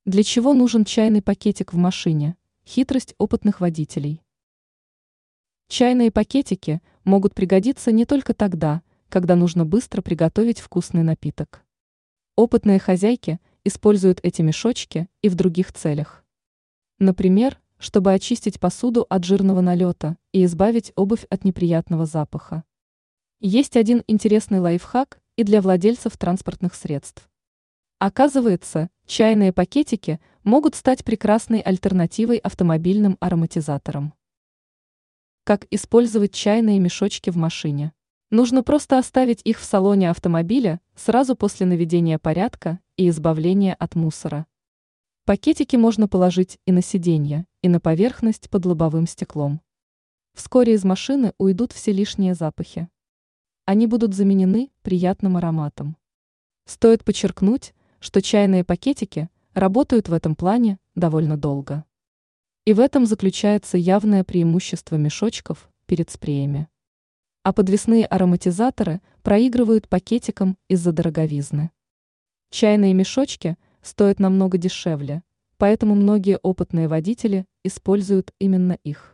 Для чего нужен чайный пакетик в машине? Хитрость опытных водителей. Чайные пакетики могут пригодиться не только тогда, когда нужно быстро приготовить вкусный напиток. Опытные хозяйки используют эти мешочки и в других целях. Например, чтобы очистить посуду от жирного налета и избавить обувь от неприятного запаха. Есть один интересный лайфхак и для владельцев транспортных средств. Оказывается, чайные пакетики могут стать прекрасной альтернативой автомобильным ароматизаторам. Как использовать чайные мешочки в машине? Нужно просто оставить их в салоне автомобиля сразу после наведения порядка и избавления от мусора. Пакетики можно положить и на сиденье, и на поверхность под лобовым стеклом. Вскоре из машины уйдут все лишние запахи. Они будут заменены приятным ароматом. Стоит подчеркнуть, что чайные пакетики работают в этом плане довольно долго. И в этом заключается явное преимущество мешочков перед спреями. А подвесные ароматизаторы проигрывают пакетикам из-за дороговизны. Чайные мешочки стоят намного дешевле, поэтому многие опытные водители используют именно их.